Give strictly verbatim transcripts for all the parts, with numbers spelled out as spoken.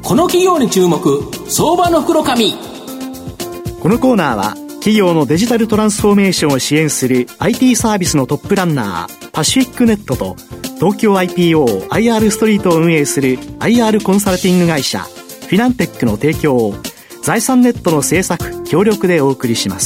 この企業に注目、相場の袋紙。 このコーナーは企業のデジタルトランスフォーメーションを支援する アイティー サービスのトップランナーパシフィックネットと、東京 アイピーオー アイアール ストリートを運営する アイアール コンサルティング会社フィナンテックの提供を財産ネットの制作協力でお送りします。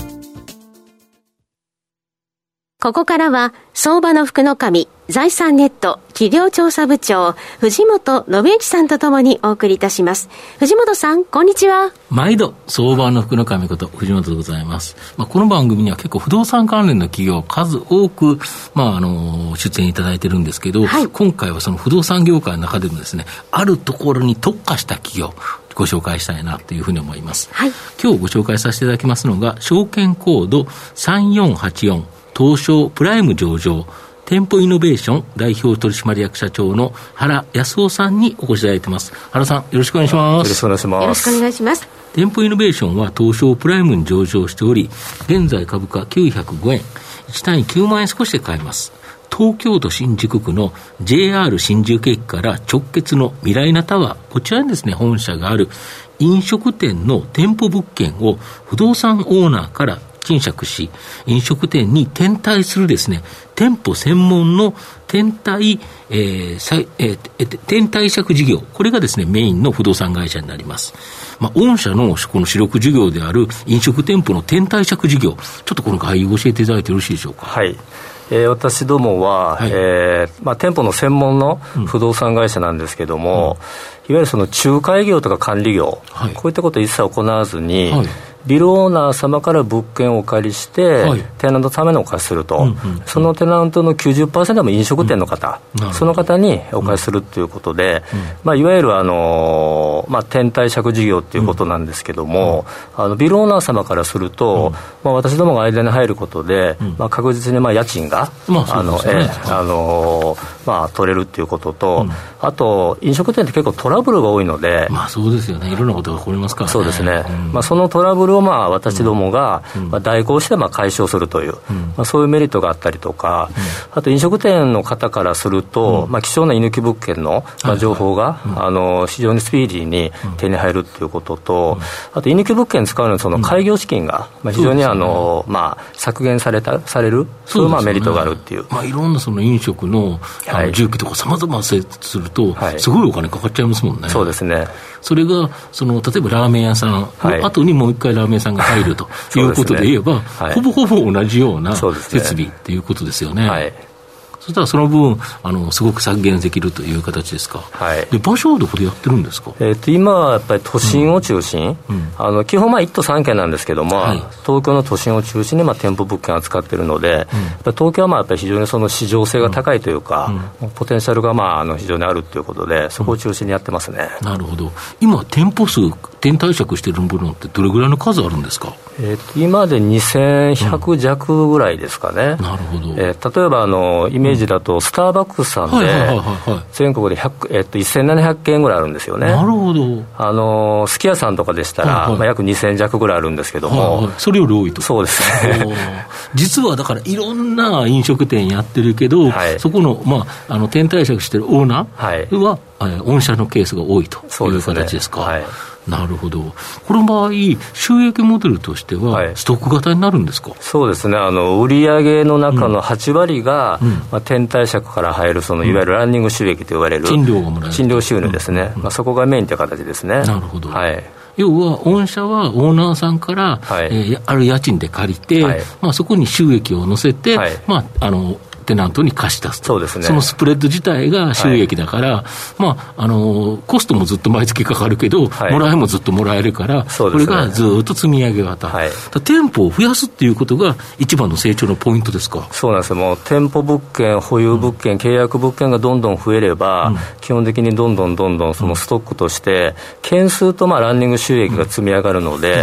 ここからは相場の福の神、財産ネット企業調査部長藤本信之さんとともにお送りいたします。藤本さん、こんにちは。 毎度相場の福の神こと藤本でございます。まあ、この番組には結構不動産関連の企業数多く、まあ、あの出演いただいてるんですけど、はい、今回はその不動産業界の中でもですね、あるところに特化した企業ご紹介したいなというふうに思います。はい、今日ご紹介させていただきますのが証券コードさんよんはちよん東証プライム上場店舗イノベーション代表取締役社長の原康夫さんにお越しいただいています。原さん、よろしくお願いします。 よろしくお願いします。 よろしくお願いします。 店舗イノベーションは東証プライムに上場しており、現在株価きゅうひゃくごえん、いち単位きゅうまんえん少しで買えます。東京都新宿区の ジェイアール 新宿駅から直結の未来なタワー、こちらにですね本社がある飲食店の店舗物件を不動産オーナーから賃借し、飲食店に転退するですね店舗専門の転退、えーえー、転貸借事業、これがですねメインの不動産会社になります。まあ、御社のこの主力事業である飲食店舗の転貸借事業、ちょっとこの概要を教えていただいてよろしいでしょうか。 はい、えー、私どもは、はい、えーまあ、店舗の専門の不動産会社なんですけども、うん、いわゆるその仲介業とか管理業、はい、こういったことを一切行わずに、はい、ビルオーナー様から物件をお借りして、はい、テナントのためのお貸しすると、うんうんうん、そのテナントの きゅうじゅっパーセント も飲食店の方、うん、その方にお貸しするということで、うんまあ、いわゆるあの、まあ、転貸借事業ということなんですけども、うん、あのビルオーナー様からすると、うんまあ、私どもが間に入ることで、うんまあ、確実にまあ家賃が、まああのえあのまあ、取れるということと、うん、あと飲食店って結構トラブルが多いので、 まあ、そうですよね、いろんなことが起こりますからね。 そうですね、うんまあ、そのトラブルをまあ私どもがまあ代行してまあ解消するという、うんまあ、そういうメリットがあったりとか、うん、あと飲食店の方からすると、うんまあ、貴重な居抜き物件のまあ情報が、はいはい、あの非常にスピーディーに手に入るということと、うん、あと居抜き物件使うのにその開業資金がまあ非常にあの、ねまあ、削減されたされる、そういうまあメリットがあるっていう、 まあ、いろんなその飲食のあの住居とかさまざま設置すると、はい、すごいお金かかっちゃいますもんね。 そうですね。 それがその例えばラーメン屋さんの後にもう一回ラーメン屋さんが入るということで言えば、ねはい、ほぼほぼ同じような設備っていうことですよね。はい、そしたらその分あのすごく削減できるという形ですか。はい、で場所はどこでやってるんですか。 えー、と今はやっぱり都心を中心、うんうん、あの基本まあいっ都さんけんなんですけども、はい、東京の都心を中心にまあ店舗物件を扱っているので、うん、やっぱり東京はまあやっぱり非常にその市場性が高いというか、うんうん、ポテンシャルがまああの非常にあるということで、そこを中心にやってますね。 うん、なるほど。今店舗数転貸借しているものってどれぐらいの数あるんですか。 えー、と今でにせんひゃくじゃくぐらいですかね。 うん、なるほど。 えー、例えばあのイメージだとスターバックスさんで全国でひゃく、えっと、せんななひゃくけんぐらいあるんですよね。 なるほど。 あのすき家さんとかでしたら、はいはいまあ、約にせんじゃくぐらいあるんですけども、 はいはい、それより多いと。 そうですね。 実はだからいろんな飲食店やってるけど、はい、そこの、まあ、あの転貸借してるオーナーは、はい、御社のケースが多いという形ですか。はい、なるほど。この場合収益モデルとしてはストック型になるんですか。はい、 そうですね。あの売上の中のはちわりが、うんまあ、転貸借から入るそのいわゆるランニング収益と言われる、うん、 賃料がもらえる賃料収入ですね。うんまあ、そこがメインという形ですね。 なるほど。はい、要は御社はオーナーさんから、はいえー、ある家賃で借りて、はいまあ、そこに収益を乗せて、はいまあ、あのテナントに貸し出すと。そうですね。そのスプレッド自体が収益だから、はいまあ、あのコストもずっと毎月かかるけど、はい、もらいもずっともらえるから、そうですね、これがずっと積み上げ型、はい、店舗を増やすっていうことが一番の成長のポイントですか。 そうなんですよ。もう店舗物件、保有物件、うん、契約物件がどんどん増えれば、うん、基本的にどんどんどんどんそのストックとして件数とまあランニング収益が積み上がるので、うんうん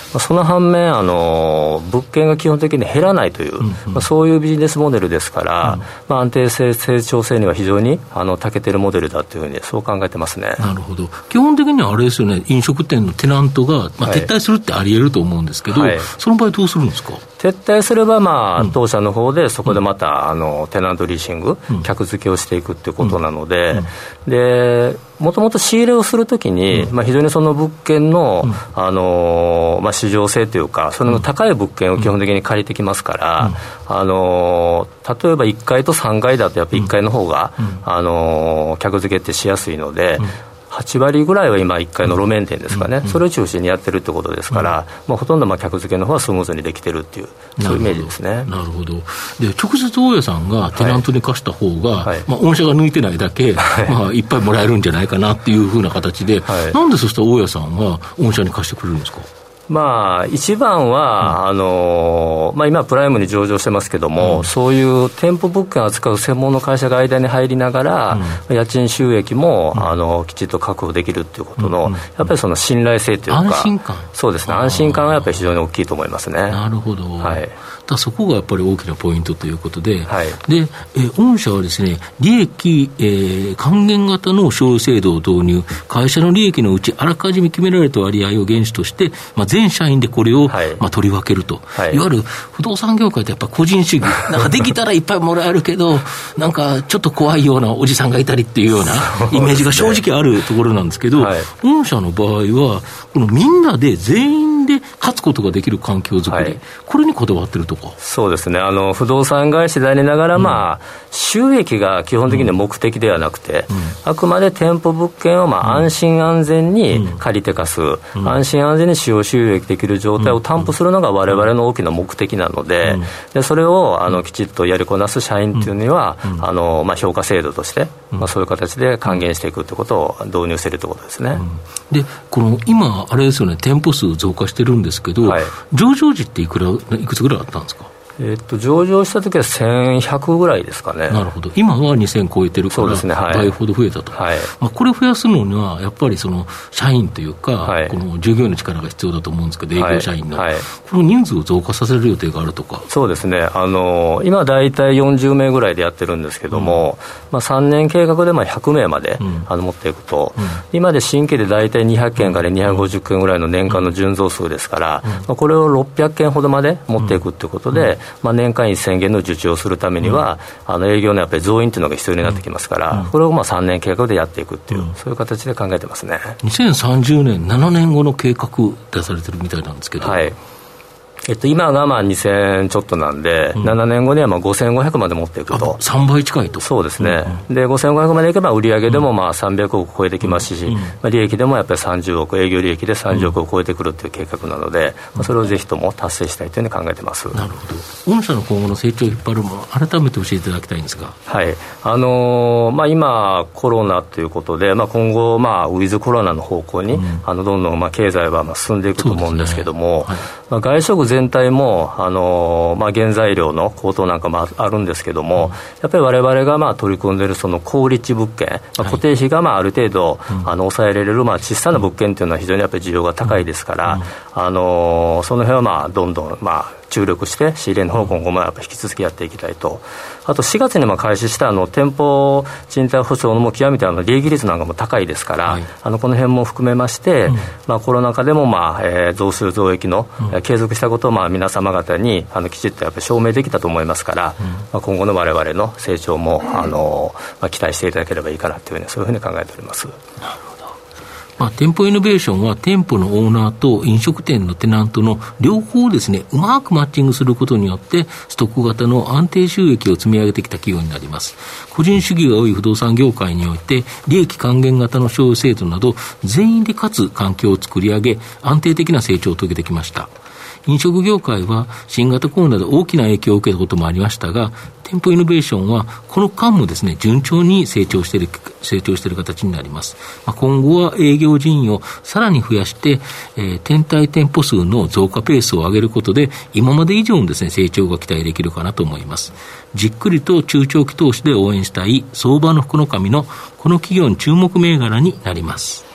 あ、その反面あの物件が基本的に減らないという、うんうん、まあ、そういうビジネスモデルですから、うん、まあ、安定性成長性には非常にあの長けてるモデルだというふうにそう考えてますね。 なるほど。基本的にはあれですよね、飲食店のテナントが、まあ、撤退するってあり得ると思うんですけど、はい、その場合どうするんですか？ 撤退すれば、まあ、当社の方でそこでまた、うん、あのテナントリーシング、うん、客付けをしていくということなので、うんうん、でもともと仕入れをするときに、うん、まあ、非常にその物件の、うん、あのまあ、市場性というかそれの高い物件を基本的に借りてきますから、うん、あの例えばいっかいとさんがいだとやっぱりいっかいの方が、うん、あの客付けってしやすいので、うん、はちわりぐらいは今いっかいの路面店ですかね、うん、それを中心にやってるってことですから、うん、まあ、ほとんどまあ客付けの方はスムーズにできてるっていうそういうイメージですね。 なるほど。で直接大家さんがテナントに貸した方が、はい、まあ、御社が抜いてないだけ、はい、まあ、いっぱいもらえるんじゃないかなっていうふうな形で、はい、なんでそしたら大家さんは御社に貸してくれるんですか？ まあ、一番は、うん、あのまあ、今プライムに上場してますけども、うん、そういう店舗物件を扱う専門の会社が間に入りながら、うん、家賃収益も、うん、あのきちっと確保できるということの、うん、やっぱりその信頼性というか、 安心感、 そうですね、安心感はやっぱり非常に大きいと思いますね。 なるほど、はい、だそこがやっぱり大きなポイントということで、 はい、 で、え御社はですね、利益、えー、還元型の賞与制度を導入、会社の利益のうちあらかじめ決められた割合を原資として、まあ、全社員でこれを、はい、まあ、取り分けると、はい、いわゆる不動産業界ってやっぱ個人主義なんかできたらいっぱいもらえるけどなんかちょっと怖いようなおじさんがいたりっていうようなイメージが正直あるところなんですけど、はい、御社の場合はこのみんなで全員で勝つことができる環境づくり、はい、これにこだわってるとか。 そうですね、あの不動産会社でありながら、うん、まあ、収益が基本的には目的ではなくて、うん、あくまで店舗物件をまあ安心安全に借りて貸す、うん、安心安全に使用収益できる状態を担保するのが我々の大きな目的なので、うん、でそれをあのきちっとやりこなす社員というのには、うん、あのまあ、評価制度として、うん、まあ、そういう形で還元していくということを導入しているということですね。 うん、でこの今あれですよね、店舗数増加してるんですけど、はい、上場時っていくらいくつぐらいあったんですか？ えー、っと上場したときはせんひゃくぐらいですかね。 なるほど。今はにせん超えてるから、ね、はい、倍ほど増えたと、はい、まあ、これを増やすのにはやっぱりその社員というか、はい、この従業員の力が必要だと思うんですけど、営業社員の、はいはい、この人数を増加させる予定があるとか。 そうですね、あの今だいたいよんじゅうめいぐらいでやってるんですけども、うん、まあ、さんねん計画でまあひゃくめいまで、うん、あの持っていくと、うん、今で新規でだいたいにひゃっけんからにひゃくごじゅっけんぐらいの年間の純増数ですから、うん、まあ、これをろっぴゃっけんほどまで持っていくということで、うん、まあ、年間せんげんの受注をするためには、うん、あの営業のやっぱり増員というのが必要になってきますから、うん、これをまあさんねん計画でやっていくっていう、うん、そういう形で考えてますね。 にせんさんじゅうねんななねんごの計画出されてるみたいなんですけど、 はい、えっと、今がまあにせんちょっとなんで、うん、ななねんごにはまあごせんごひゃくまで持っていくと。 さんばい近いと。 そうですね、うん、でごせんごひゃくまでいけば売上でもまあさんびゃくおく超えてきますし、うん、まあ、利益でもやっぱりさんじゅうおく、営業利益でさんじゅうおくを超えてくるという計画なので、うん、まあ、それをぜひとも達成したいというふうに考えてます。 なるほど。御社の今後の成長を引っ張るもの、改めて教えていただきたいんですが。 はい、あのーまあ、今コロナということで、まあ、今後、まあ、ウィズコロナの方向に、うん、あのどんどんまあ経済はまあ進んでいくと思うんですけども、ね、はい、まあ、外食全体もあの、まあ、原材料の高騰なんかもあるんですけども、うん、やっぱり我々がまあ取り組んでいるその高立地物件、まあ、固定費がまあある程度、はい、あの抑えられるまあ小さな物件というのは非常にやっぱり需要が高いですから、うん、あのその辺はまあどんどんまあ注力して仕入れの方今後もやっぱ引き続きやっていきたいと。あとしがつにまあ開始したあの店舗賃貸保証のも極めてあの利益率なんかも高いですから、はい、あのこの辺も含めまして、うん、まあ、コロナ禍でもまあ、えー、増収増益の、うん、継続したことをまあ皆様方にあのきちっとやっぱり証明できたと思いますから、うん、まあ、今後の我々の成長もあの、まあ、期待していただければいいかなというふうにそういうふうに考えております。 なるほど。まあ、店舗イノベーションは店舗のオーナーと飲食店のテナントの両方をですね、うまくマッチングすることによってストック型の安定収益を積み上げてきた企業になります。個人主義が多い不動産業界において利益還元型の賞与制度など全員でかつ環境を作り上げ安定的な成長を遂げてきました。飲食業界は新型コロナで大きな影響を受けたこともありましたが、店舗イノベーションはこの間もですね、順調に成長している成長している形になります。まあ、今後は営業人員をさらに増やして、えー、店体店舗数の増加ペースを上げることで今まで以上のですね、成長が期待できるかなと思います。じっくりと中長期投資で応援したい相場の福の神のこの企業の注目銘柄になります。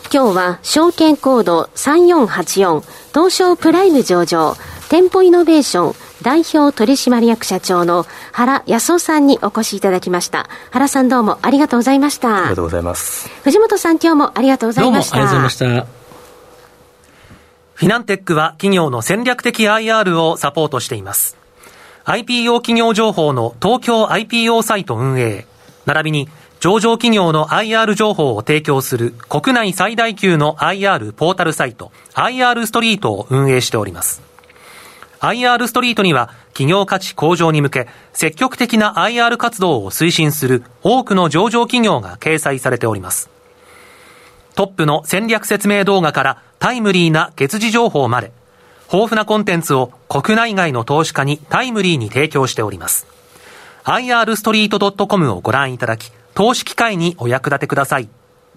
今日は証券コードさんよんはちよん東証プライム上場店舗イノベーション代表取締役社長の原康夫さんにお越しいただきました。原さんどうもありがとうございました。 ありがとうございます。 藤本さん今日もありがとうございました。 どうもありがとうございました。 フィナンテックは企業の戦略的 アイアール をサポートしています。アイピーオー 企業情報の東京 アイピーオー サイト運営、並びに上場企業の アイアール 情報を提供する国内最大級の アイアール ポータルサイト アイアール ストリートを運営しております。アイアール ストリートには企業価値向上に向け積極的な アイアール 活動を推進する多くの上場企業が掲載されております。トップの戦略説明動画からタイムリーな月次情報まで豊富なコンテンツを国内外の投資家にタイムリーに提供しております。アイアールストリートドットコム をご覧いただき投資機会にお役立てください。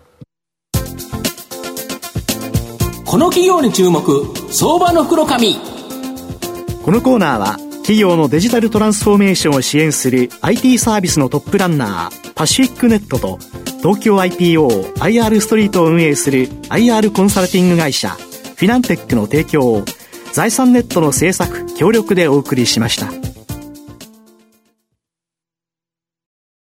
この企業に注目、相場の袋紙。 このコーナーは企業のデジタルトランスフォーメーションを支援する アイティー サービスのトップランナーパシフィックネットと東京 アイピーオー アイアール ストリートを運営する アイアール コンサルティング会社フィナンテックの提供を財産ネットの制作協力でお送りしました。